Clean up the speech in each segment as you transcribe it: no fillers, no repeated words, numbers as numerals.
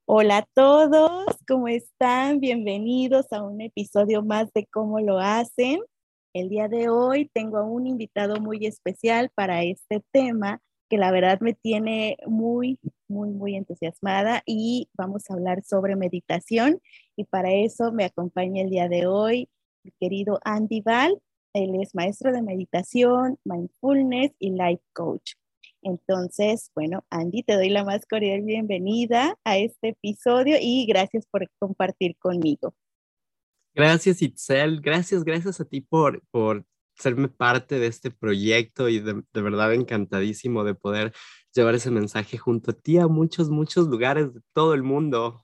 Hola a todos, ¿cómo están? Bienvenidos a un episodio más de Cómo lo hacen. El día de hoy tengo a un invitado muy especial para este tema que la verdad me tiene muy entusiasmada y vamos a hablar sobre meditación y para eso me acompaña el día de hoy mi querido Andy Val. Él es maestro de meditación, mindfulness y life coach. Entonces, bueno, Andy, te doy la más cordial bienvenida a este episodio y gracias por compartir conmigo. Gracias, Itzel. Gracias a ti por serme parte de este proyecto y de verdad encantadísimo de poder llevar ese mensaje junto a ti a muchos lugares de todo el mundo.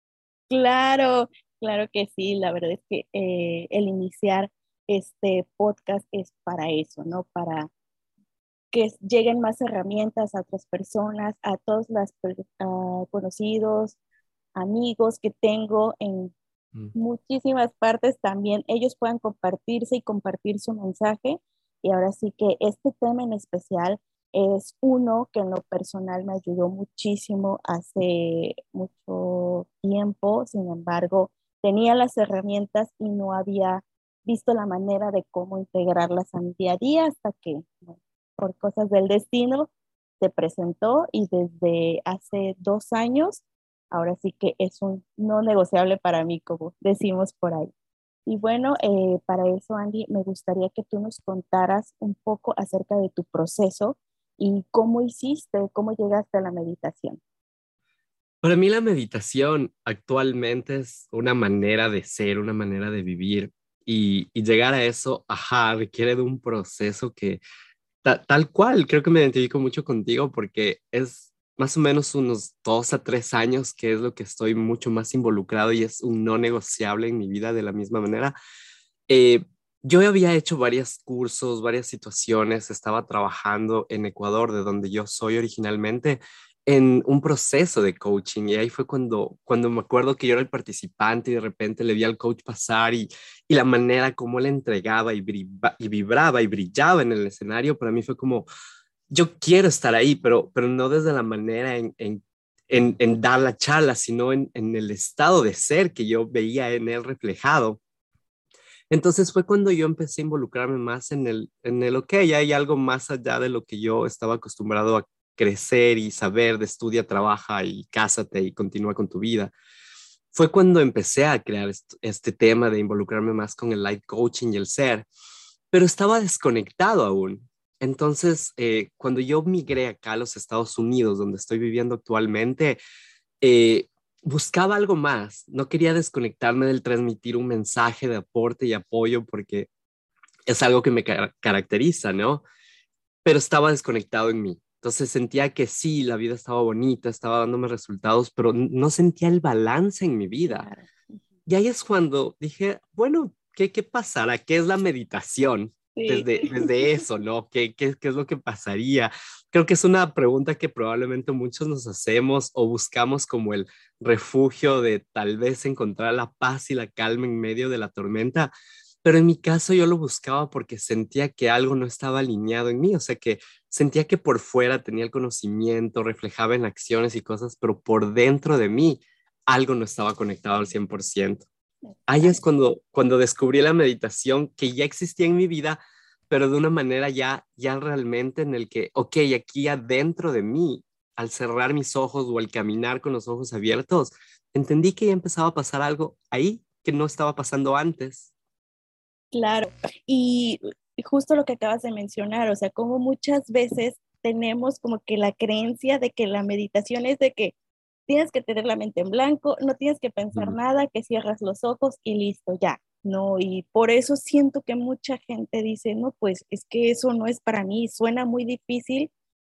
Claro, claro que sí, la verdad es que el iniciar este podcast es para eso, ¿no? Para que lleguen más herramientas a otras personas, a todos los conocidos, amigos que tengo en Mm. muchísimas partes también ellos puedan compartirse y compartir su mensaje. Y ahora sí que este tema en especial es uno que en lo personal me ayudó muchísimo hace mucho tiempo. Sin embargo, tenía las herramientas y no había visto la manera de cómo integrarlas a mi día a día hasta que, bueno, por cosas del destino, se presentó y desde hace 2 años ahora sí que es un no negociable para mí, como decimos por ahí. Y bueno, para eso, Andy, me gustaría que tú nos contaras un poco acerca de tu proceso y cómo hiciste, cómo llegaste a la meditación. Para mí la meditación actualmente es una manera de ser, una manera de vivir y llegar a eso, requiere de un proceso que tal cual, creo que me identifico mucho contigo porque es más o menos unos 2 a 3 años que es lo que estoy mucho más involucrado y es un no negociable en mi vida de la misma manera. Eh, yo había hecho varios cursos, varias situaciones, estaba trabajando en Ecuador, de donde yo soy originalmente, en un proceso de coaching y ahí fue cuando me acuerdo que yo era el participante y de repente le vi al coach pasar y la manera como él entregaba y vibraba y brillaba en el escenario, para mí fue como, yo quiero estar ahí, pero no desde la manera en dar la charla, sino en el estado de ser que yo veía en él reflejado. Entonces fue cuando yo empecé a involucrarme más ok, hay algo más allá de lo que yo estaba acostumbrado a crecer y saber de estudia, trabaja y cásate y continúa con tu vida. Fue cuando empecé a crear este tema de involucrarme más con el life coaching y el ser, pero estaba desconectado aún. Entonces, cuando yo migré acá a los Estados Unidos, donde estoy viviendo actualmente, eh, buscaba algo más. No quería desconectarme del transmitir un mensaje de aporte y apoyo porque es algo que me caracteriza, ¿no? Pero estaba desconectado en mí. Entonces sentía que sí, la vida estaba bonita, estaba dándome resultados, pero no sentía el balance en mi vida. Claro. Y ahí es cuando dije, bueno, ¿qué pasará? ¿Qué es la meditación? Sí. Desde eso, ¿no? ¿Qué es lo que pasaría? Creo que es una pregunta que probablemente muchos nos hacemos o buscamos como el refugio de tal vez encontrar la paz y la calma en medio de la tormenta. Pero en mi caso yo lo buscaba porque sentía que algo no estaba alineado en mí, o sea que sentía que por fuera tenía el conocimiento, reflejaba en acciones y cosas, pero por dentro de mí algo no estaba conectado al 100%. Ahí es Exacto. cuando descubrí la meditación que ya existía en mi vida, pero de una manera ya realmente en el que, ok, aquí adentro de mí, al cerrar mis ojos o al caminar con los ojos abiertos, entendí que ya empezaba a pasar algo ahí que no estaba pasando antes. Claro, y justo lo que acabas de mencionar, o sea, como muchas veces tenemos como que la creencia de que la meditación es de que tienes que tener la mente en blanco, no tienes que pensar Ujú. nada, que cierras los ojos y listo, ya, ¿no? Y por eso siento que mucha gente dice, no, pues es que eso no es para mí, suena muy difícil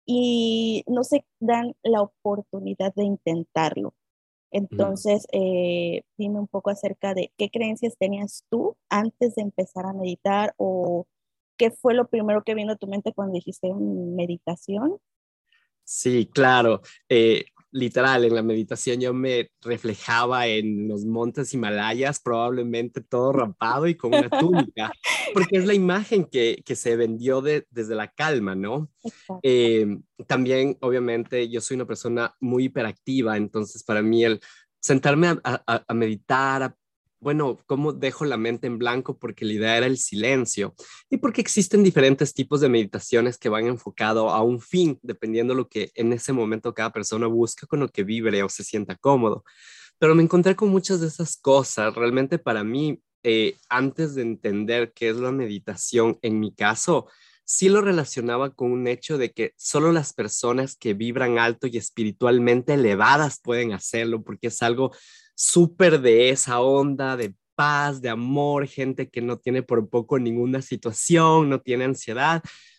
y no se dan la oportunidad de intentarlo. Ujú. Entonces, dime un poco acerca de qué creencias tenías tú antes de empezar a meditar o qué fue lo primero que vino a tu mente cuando dijiste meditación. Sí, claro. literal, en la meditación yo me reflejaba en los montes Himalayas, probablemente todo rapado y con una túnica, porque es la imagen que se vendió desde la calma, ¿no? Exacto. Eh, También, obviamente, yo soy una persona muy hiperactiva, entonces para mí el sentarme a meditar, bueno, cómo dejo la mente en blanco, porque la idea era el silencio y porque existen diferentes tipos de meditaciones que van enfocado a un fin, dependiendo lo que en ese momento cada persona busca, con lo que vibre o se sienta cómodo. Pero me encontré con muchas de esas cosas. Realmente para mí, antes de entender qué es la meditación, en mi caso, sí lo relacionaba con un hecho de que solo las personas que vibran alto y espiritualmente elevadas pueden hacerlo, porque es algo súper de esa onda de paz, de amor, gente que no tiene por poco ninguna situación, no tiene ansiedad.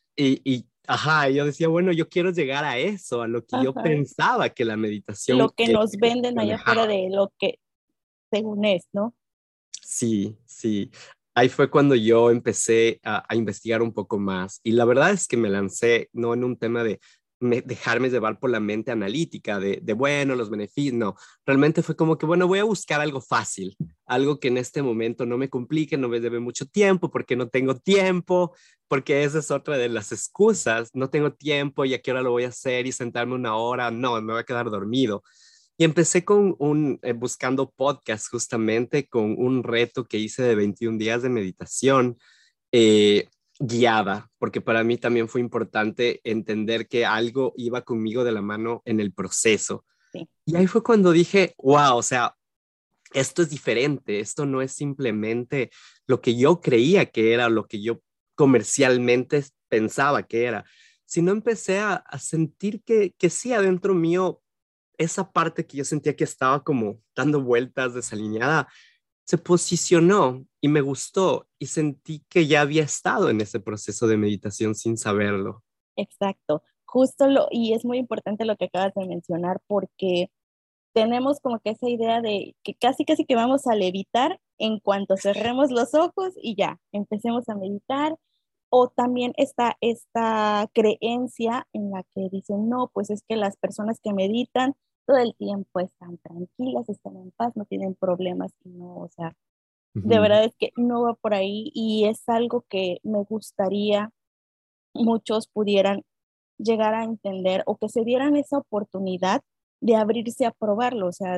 Ajá, yo decía, bueno, yo quiero llegar a eso, a lo que yo Ajá. pensaba que la Lo meditación que nos venden allá afuera manejaba. de lo que según es, ¿no? Sí, sí. Ahí fue cuando yo empecé a investigar un poco más y la verdad es que me lancé no en un tema de dejarme llevar por la mente analítica bueno, los beneficios, no, realmente fue como que, bueno, voy a buscar algo fácil, algo que en este momento no me complique, no me lleve mucho tiempo, porque no tengo tiempo, porque esa es otra de las excusas, no tengo tiempo y a qué hora lo voy a hacer y sentarme una hora, no, me voy a quedar dormido. Y empecé con buscando podcast justamente con un reto que hice de 21 días de meditación eh, guiada, porque para mí también fue importante entender que algo iba conmigo de la mano en el proceso. Sí, Y ahí fue cuando dije, wow, o sea, esto es diferente, esto no es simplemente lo que yo creía que era, lo que yo comercialmente pensaba que era, sino empecé a sentir que sí, adentro mío esa parte que yo sentía que estaba como dando vueltas, desalineada, se posicionó y me gustó y sentí que ya había estado en ese proceso de meditación sin saberlo. exacto. Y es muy importante lo que acabas de mencionar porque tenemos como que esa idea de que casi que vamos a levitar en cuanto cerremos los ojos y ya, empecemos a meditar. O también está esta creencia en la que dicen, no, pues es que las personas que meditan todo el tiempo están tranquilas, están en paz, no tienen problemas, y no, o sea, de Ujú. verdad es que no va por ahí y es algo que me gustaría muchos pudieran llegar a entender o que se dieran esa oportunidad de abrirse a probarlo. O sea,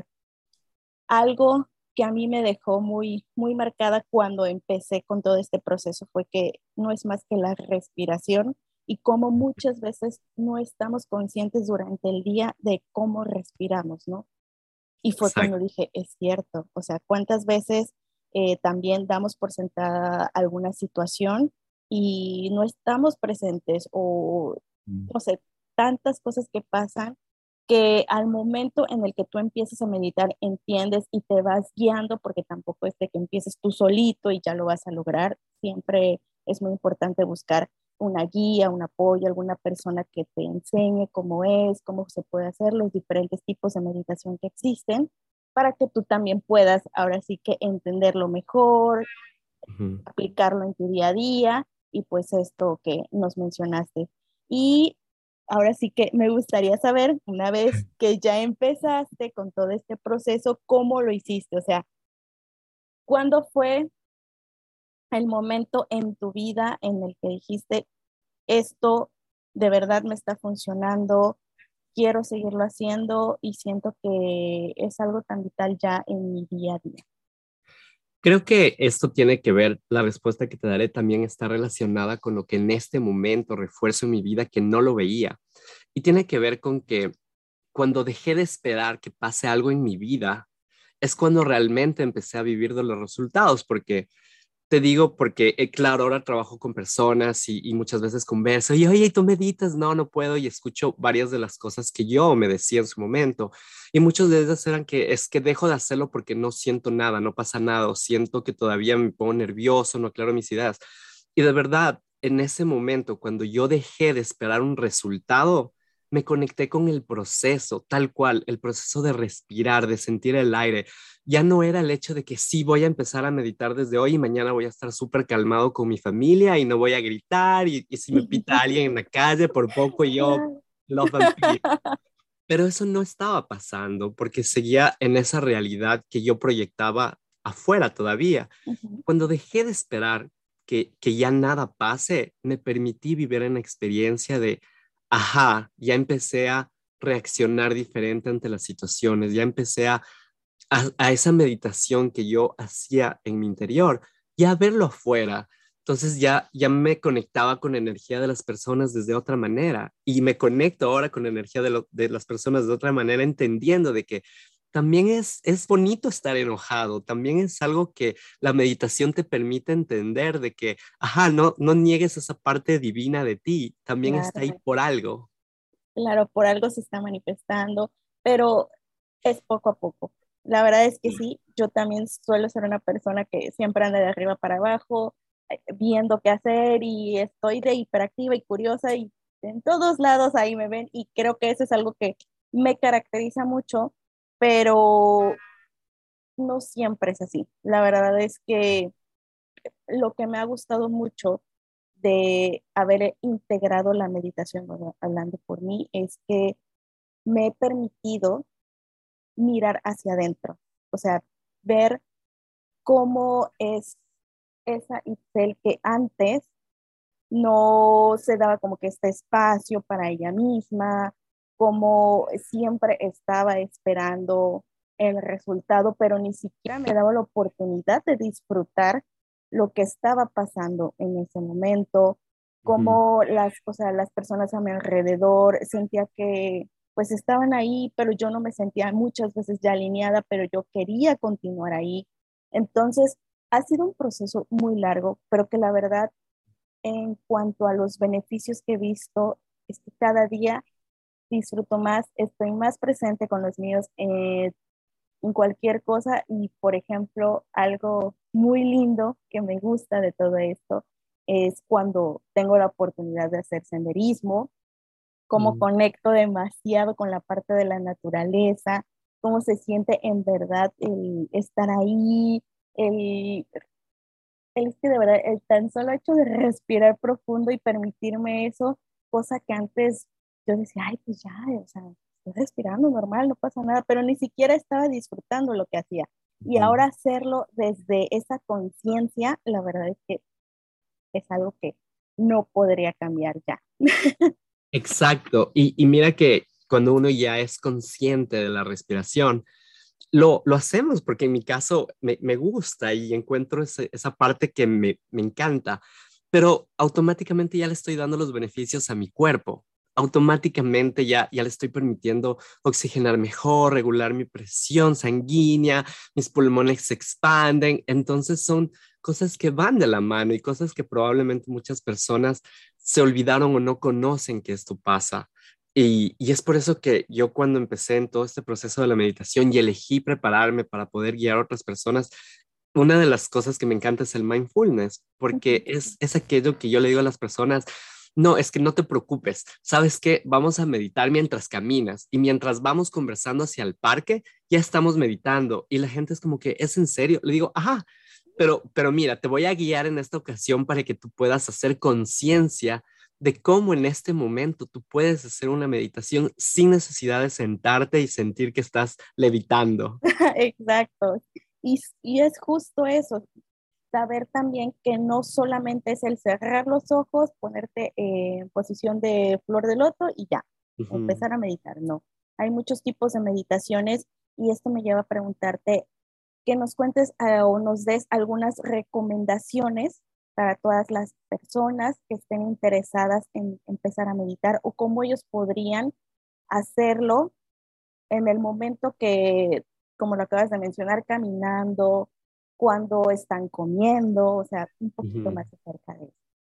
algo que a mí me dejó muy marcada cuando empecé con todo este proceso fue que no es más que la respiración y cómo muchas veces no estamos conscientes durante el día de cómo respiramos, ¿no? Y fue cuando Exacto, dije, es cierto, o sea, cuántas veces también damos por sentada alguna situación y no estamos presentes o, no sé, tantas cosas que pasan que al momento en el que tú empiezas a meditar entiendes y te vas guiando porque tampoco es de que empieces tú solito y ya lo vas a lograr. Siempre es muy importante buscar una guía, un apoyo, alguna persona que te enseñe cómo es, cómo se puede hacer, los diferentes tipos de meditación que existen, para que tú también puedas ahora sí que entenderlo mejor, ujú. aplicarlo en tu día a día y pues esto que nos mencionaste. Y ahora sí que me gustaría saber, una vez que ya empezaste con todo este proceso, ¿cómo lo hiciste? O sea, ¿cuándo fue el momento en tu vida en el que dijiste, esto de verdad me está funcionando, quiero seguirlo haciendo y siento que es algo tan vital ya en mi día a día? Creo que esto tiene que ver, la respuesta que te daré también está relacionada con lo que en este momento refuerzo en mi vida que no lo veía. Y tiene que ver con que cuando dejé de esperar que pase algo en mi vida, es cuando realmente empecé a vivir de los resultados, porque te digo porque, claro, ahora trabajo con personas y muchas veces converso y, oye, ¿y tú meditas? No, no puedo y escucho varias de las cosas que yo me decía en su momento y muchas de ellas eran que es que dejo de hacerlo porque no siento nada, no pasa nada o siento que todavía me pongo nervioso, no aclaro mis ideas. Y de verdad, en ese momento, cuando yo dejé de esperar un resultado, me conecté con el proceso, tal cual, el proceso de respirar, de sentir el aire. Ya no era el hecho de que sí voy a empezar a meditar desde hoy y mañana voy a estar súper calmado con mi familia y no voy a gritar y si me pita alguien en la calle, por poco yo love and peace. Pero eso no estaba pasando porque seguía en esa realidad que yo proyectaba afuera todavía. Ujú. Cuando dejé de esperar que ya nada pase, me permití vivir en la experiencia de, ajá, ya empecé a reaccionar diferente ante las situaciones, ya empecé a esa meditación que yo hacía en mi interior, ya verlo afuera. Entonces ya me conectaba con la energía de las personas desde otra manera y me conecto ahora con la energía de las personas de otra manera, entendiendo de que también es bonito estar enojado, también es algo que la meditación te permite entender de que, ajá, no niegues esa parte divina de ti, también está ahí Claro, por algo. claro, por algo se está manifestando, pero es poco a poco. La verdad es que sí, yo también suelo ser una persona que siempre anda de arriba para abajo, viendo qué hacer y estoy de hiperactiva y curiosa y en todos lados ahí me ven y creo que eso es algo que me caracteriza mucho, pero no siempre es así. La verdad es que lo que me ha gustado mucho de haber integrado la meditación, bueno, hablando por mí, es que me he permitido mirar hacia adentro, o sea, ver cómo es esa Itzel que antes no se daba como que este espacio para ella misma, como siempre estaba esperando el resultado, pero ni siquiera me daba la oportunidad de disfrutar lo que estaba pasando en ese momento, Ujú, como o sea, las personas a mi alrededor sentía que pues estaban ahí, pero yo no me sentía muchas veces ya alineada, pero yo quería continuar ahí. Entonces, ha sido un proceso muy largo, pero que la verdad en cuanto a los beneficios que he visto, es que cada día disfruto más, estoy más presente con los míos en cualquier cosa y, por ejemplo, algo muy lindo que me gusta de todo esto es cuando tengo la oportunidad de hacer senderismo, cómo mm. conecto demasiado con la parte de la naturaleza, cómo se siente en verdad el estar ahí, el es que de verdad, el tan solo hecho de respirar profundo y permitirme eso, cosa que antes yo decía, ay, pues ya, o sea, estoy respirando normal, no pasa nada, pero ni siquiera estaba disfrutando lo que hacía. Y Ujú. ahora hacerlo desde esa conciencia, la verdad es que es algo que no podría cambiar ya. Exacto. Y mira que cuando uno ya es consciente de la respiración, lo hacemos porque en mi caso me gusta y encuentro esa parte que me encanta, pero automáticamente ya le estoy dando los beneficios a mi cuerpo. Automáticamente ya le estoy permitiendo oxigenar mejor, regular mi presión sanguínea, mis pulmones se expanden. Entonces son cosas que van de la mano y cosas que probablemente muchas personas se olvidaron o no conocen que esto pasa. Y es por eso que yo cuando empecé en todo este proceso de la meditación y elegí prepararme para poder guiar a otras personas, una de las cosas que me encanta es el mindfulness, porque es aquello que yo le digo a las personas, no, es que no te preocupes, ¿sabes qué? Vamos a meditar mientras caminas y mientras vamos conversando hacia el parque, ya estamos meditando y la gente es como que, ¿es en serio? Le digo, ajá, pero mira, te voy a guiar en esta ocasión para que tú puedas hacer conciencia de cómo en este momento tú puedes hacer una meditación sin necesidad de sentarte y sentir que estás levitando. Exacto. Y es justo eso, saber también que no solamente es el cerrar los ojos, ponerte en posición de flor de loto y ya, Ujú. empezar a meditar. No, hay muchos tipos de meditaciones y esto me lleva a preguntarte que nos cuentes o nos des algunas recomendaciones para todas las personas que estén interesadas en empezar a meditar o cómo ellos podrían hacerlo en el momento que, como lo acabas de mencionar, caminando, cuando están comiendo, o sea, un poquito Ujú. más acerca de eso.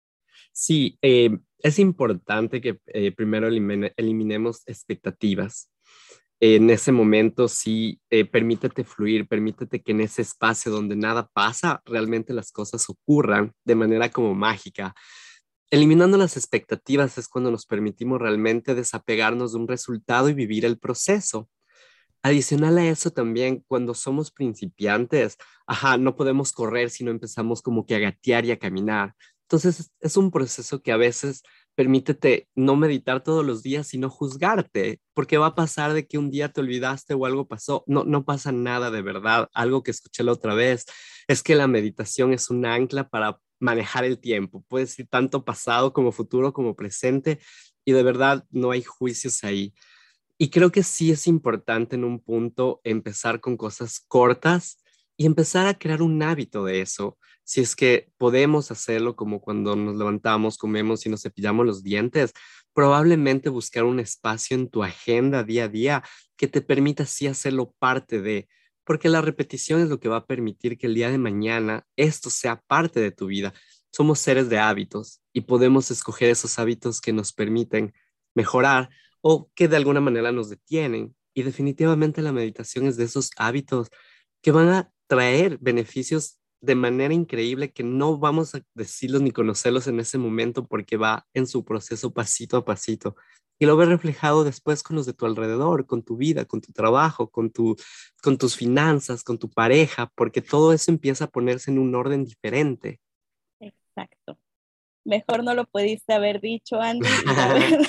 Sí, es importante que primero eliminemos expectativas. En ese momento, sí, permítete fluir, permítete que en ese espacio donde nada pasa, realmente las cosas ocurran de manera como mágica. Eliminando las expectativas es cuando nos permitimos realmente desapegarnos de un resultado y vivir el proceso. Adicional a eso también, cuando somos principiantes, ajá, no podemos correr si no empezamos como que a gatear y a caminar. Entonces es un proceso que a veces permítete no meditar todos los días, sino juzgarte, porque va a pasar de que un día te olvidaste o algo pasó. No, no pasa nada de verdad. Algo que escuché la otra vez es que la meditación es un ancla para manejar el tiempo. Puedes ir tanto pasado como futuro como presente y de verdad no hay juicios ahí. Y creo que sí es importante en un punto empezar con cosas cortas y empezar a crear un hábito de eso. Si es que podemos hacerlo como cuando nos levantamos, comemos y nos cepillamos los dientes, probablemente buscar un espacio en tu agenda día a día que te permita así hacerlo parte de, porque la repetición es lo que va a permitir que el día de mañana esto sea parte de tu vida. Somos seres de hábitos y podemos escoger esos hábitos que nos permiten mejorar o que de alguna manera nos detienen. Y definitivamente la meditación es de esos hábitos que van a traer beneficios de manera increíble que no vamos a decirlos ni conocerlos en ese momento porque va en su proceso pasito a pasito. Y lo ves reflejado después con los de tu alrededor, con tu vida, con tu trabajo, con tus finanzas, con tu pareja, porque todo eso empieza a ponerse en un orden diferente. Exacto. Mejor no lo pudiste haber dicho, Andy, y la verdad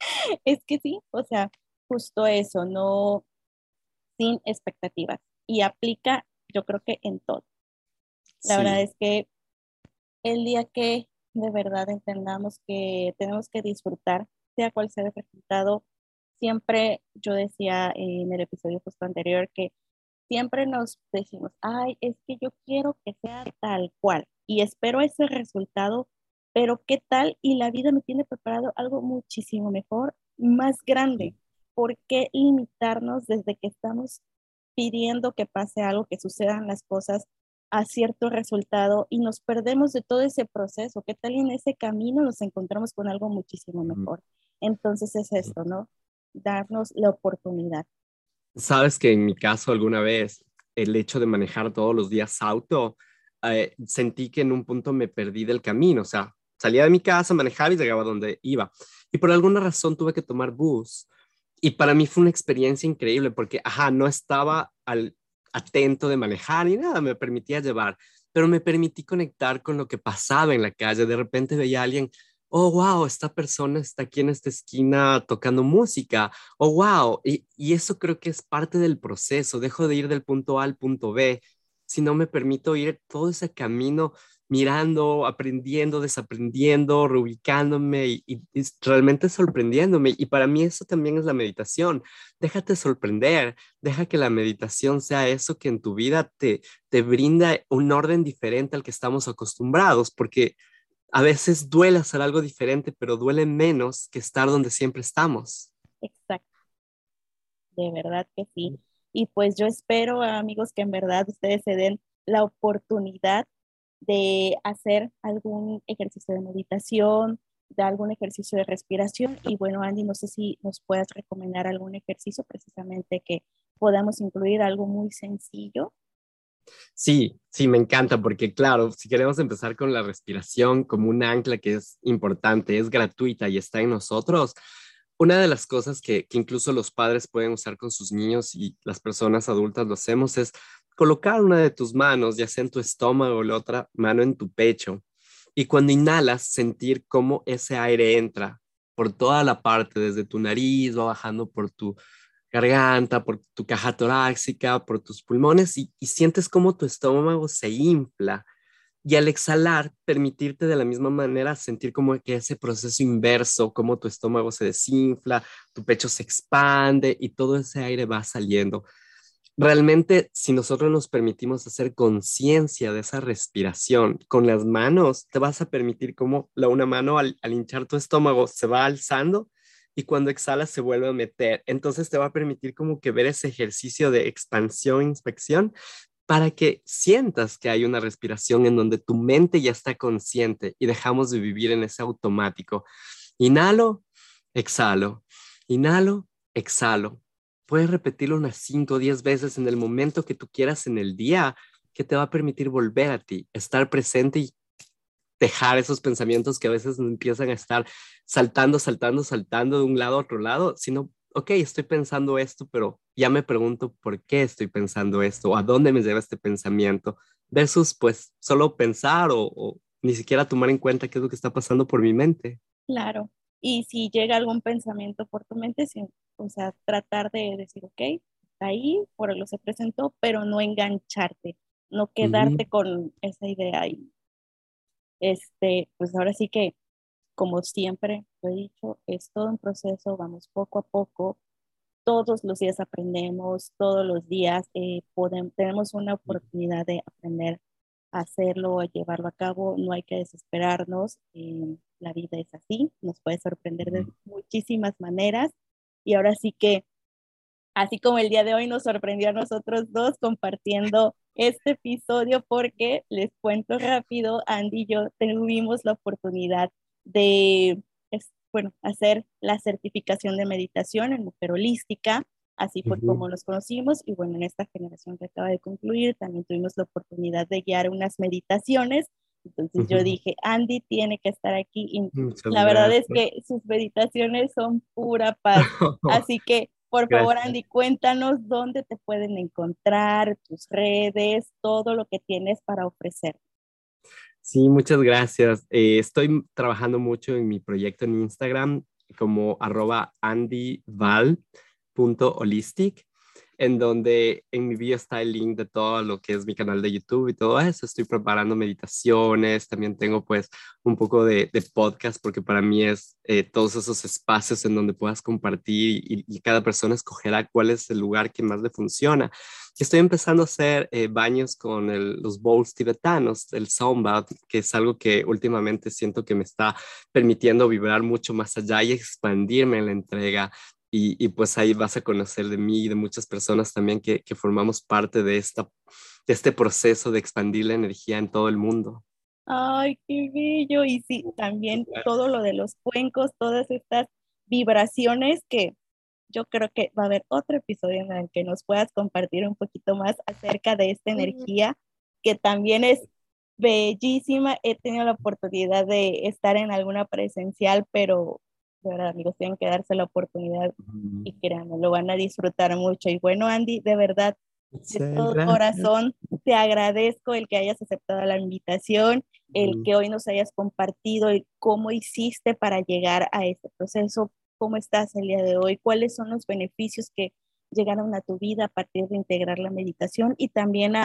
es que sí, o sea, justo eso, no sin expectativas. Y aplica, yo creo que en todo. La verdad Sí, es que el día que de verdad entendamos que tenemos que disfrutar, sea cual sea el resultado, siempre yo decía en el episodio justo anterior que siempre nos decimos, ay, es que yo quiero que sea tal cual y espero ese resultado, pero ¿qué tal? Y la vida me tiene preparado algo muchísimo mejor, más grande. sí. ¿Por qué limitarnos desde que estamos pidiendo que pase algo, que sucedan las cosas a cierto resultado y nos perdemos de todo ese proceso? ¿Qué tal y en ese camino nos encontramos con algo muchísimo Mm, mejor? Entonces es sí. esto, ¿no? Darnos la oportunidad. Sabes que en mi caso alguna vez el hecho de manejar todos los días auto, sentí que en un punto me perdí del camino, o sea, salía de mi casa, manejaba y llegaba donde iba. Y por alguna razón tuve que tomar bus. Y para mí fue una experiencia increíble porque, ajá, no estaba atento de manejar ni nada, me permitía llevar, pero me permití conectar con lo que pasaba en la calle. De repente veía a alguien, oh, wow, esta persona está aquí en esta esquina tocando música. Oh, wow. Y eso creo que es parte del proceso. Dejo de ir del punto A al punto B, si no me permito ir todo ese camino mirando, aprendiendo, desaprendiendo, reubicándome y realmente sorprendiéndome. Y para mí eso también es la meditación. Déjate sorprender, deja que la meditación sea eso que en tu vida te brinda un orden diferente al que estamos acostumbrados, porque a veces duele hacer algo diferente, pero duele menos que estar donde siempre estamos. Exacto. De verdad que sí. Y pues yo espero, amigos, que en verdad ustedes se den la oportunidad de hacer algún ejercicio de meditación, de algún ejercicio de respiración. Y bueno, Andy, no sé si nos puedas recomendar algún ejercicio precisamente que podamos incluir algo muy sencillo. Sí, sí, me encanta porque claro, si queremos empezar con la respiración como un ancla que es importante, es gratuita y está en nosotros, una de las cosas que incluso los padres pueden usar con sus niños y las personas adultas lo hacemos es colocar una de tus manos, ya sea en tu estómago o la otra mano en tu pecho. Y cuando inhalas, sentir cómo ese aire entra por toda la parte, desde tu nariz, va bajando por tu garganta, por tu caja torácica, por tus pulmones y sientes cómo tu estómago se infla. Y al exhalar, permitirte de la misma manera sentir como que ese proceso inverso, cómo tu estómago se desinfla, tu pecho se expande y todo ese aire va saliendo. Realmente, si nosotros nos permitimos hacer conciencia de esa respiración con las manos, te vas a permitir cómo una mano al hinchar tu estómago se va alzando y cuando exhalas se vuelve a meter. Entonces te va a permitir como que ver ese ejercicio de expansión, inspección, para que sientas que hay una respiración en donde tu mente ya está consciente y dejamos de vivir en ese automático. Inhalo, exhalo, inhalo, exhalo. Puedes repetirlo unas 5 o 10 veces en el momento que tú quieras en el día, que te va a permitir volver a ti, estar presente y dejar esos pensamientos que a veces empiezan a estar saltando, saltando, saltando de un lado a otro lado, sino, ok, estoy pensando esto, pero ya me pregunto por qué estoy pensando esto, o a dónde me lleva este pensamiento, versus pues solo pensar o ni siquiera tomar en cuenta qué es lo que está pasando por mi mente. Claro. Y si llega algún pensamiento por tu mente, sí, o sea, tratar de decir, ok, está ahí, por algo se presentó, pero no engancharte, no Ujú, quedarte con esa idea. Y pues ahora sí que, como siempre lo he dicho, es todo un proceso, vamos poco a poco, todos los días aprendemos, todos los días tenemos una oportunidad de aprender a hacerlo, a llevarlo a cabo, no hay que desesperarnos, la vida es así, nos puede sorprender de ujú. muchísimas maneras y ahora sí que, así como el día de hoy nos sorprendió a nosotros dos compartiendo este episodio, porque les cuento rápido, Andy y yo tuvimos la oportunidad de, bueno, hacer la certificación de meditación en Mujer Holística. Así fue Ujú. como nos conocimos y bueno, en esta generación que acaba de concluir también tuvimos la oportunidad de guiar unas meditaciones. Entonces yo Ujú. dije, Andy tiene que estar aquí y Muchas la verdad es gracias. que sus meditaciones son pura paz. Así que, por favor, Gracias. Andy, cuéntanos dónde te pueden encontrar, tus redes, todo lo que tienes para ofrecer. Sí, muchas gracias. Estoy trabajando mucho en mi proyecto en Instagram como @andyval.holistic, en donde en mi bio está el link de todo lo que es mi canal de YouTube y todo eso. Estoy preparando meditaciones, también tengo pues un poco de podcast porque para mí es todos esos espacios en donde puedas compartir y cada persona escogerá cuál es el lugar que más le funciona. Estoy empezando a hacer baños con los bowls tibetanos, el sound bath, que es algo que últimamente siento que me está permitiendo vibrar mucho más allá y expandirme en la entrega. Y pues ahí vas a conocer de mí y de muchas personas también que formamos parte de este proceso de expandir la energía en todo el mundo. Ay, qué bello. Y sí, también todo lo de los cuencos, todas estas vibraciones que yo creo que va a haber otro episodio en el que nos puedas compartir un poquito más acerca de esta energía que también es bellísima. He tenido la oportunidad de estar en alguna presencial, pero de verdad, amigos, tienen que darse la oportunidad Ujú. y créanme, lo van a disfrutar mucho. Y bueno, Andy, de verdad, de Itzel, todo gracias. corazón, te agradezco el que hayas aceptado la invitación, el Ujú. que hoy nos hayas compartido el cómo hiciste para llegar a este proceso, cómo estás el día de hoy, cuáles son los beneficios que llegaron a tu vida a partir de integrar la meditación y también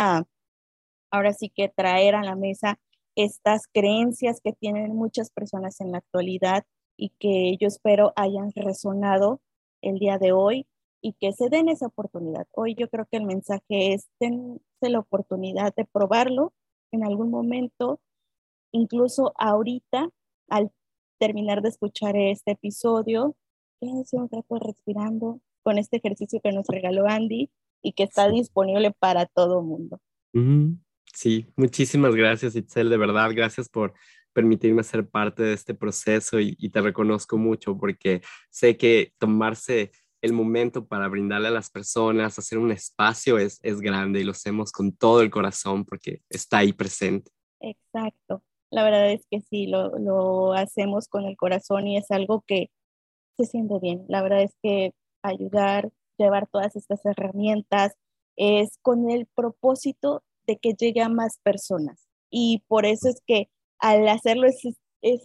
ahora sí que traer a la mesa estas creencias que tienen muchas personas en la actualidad y que yo espero hayan resonado el día de hoy y que se den esa oportunidad. Hoy yo creo que el mensaje es, dense la oportunidad de probarlo en algún momento, incluso ahorita, al terminar de escuchar este episodio, quédense un rato respirando con este ejercicio que nos regaló Andy y que está Sí. disponible para todo mundo. Ujú. Sí, muchísimas gracias, Itzel, de verdad, gracias por permitirme ser parte de este proceso y te reconozco mucho porque sé que tomarse el momento para brindarle a las personas, hacer un espacio es grande y lo hacemos con todo el corazón porque está ahí presente. Exacto. La verdad es que sí, lo hacemos con el corazón y es algo que se siente bien. La verdad es que ayudar, llevar todas estas herramientas es con el propósito de que llegue a más personas. Y por eso es que al hacerlo es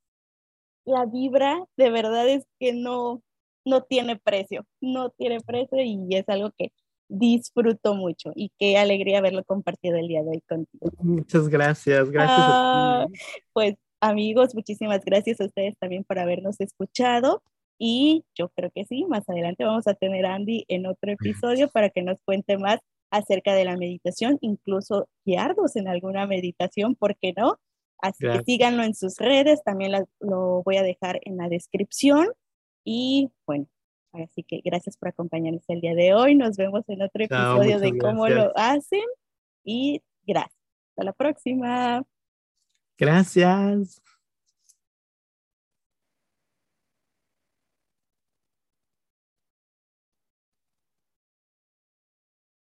la vibra, de verdad es que no tiene precio, no tiene precio y es algo que disfruto mucho y qué alegría haberlo compartido el día de hoy contigo. Muchas gracias, gracias a Ah, ti. pues amigos, muchísimas gracias a ustedes también por habernos escuchado y yo creo que sí, más adelante vamos a tener a Andy en otro episodio para que nos cuente más acerca de la meditación, incluso guiarnos en alguna meditación, ¿por qué no? Así que Gracias. síganlo en sus redes, también lo voy a dejar en la descripción y bueno, así que gracias por acompañarnos el día de hoy, nos vemos en otro Chao, episodio muchas de cómo lo gracias. hacen y gracias. Hasta la próxima. Gracias.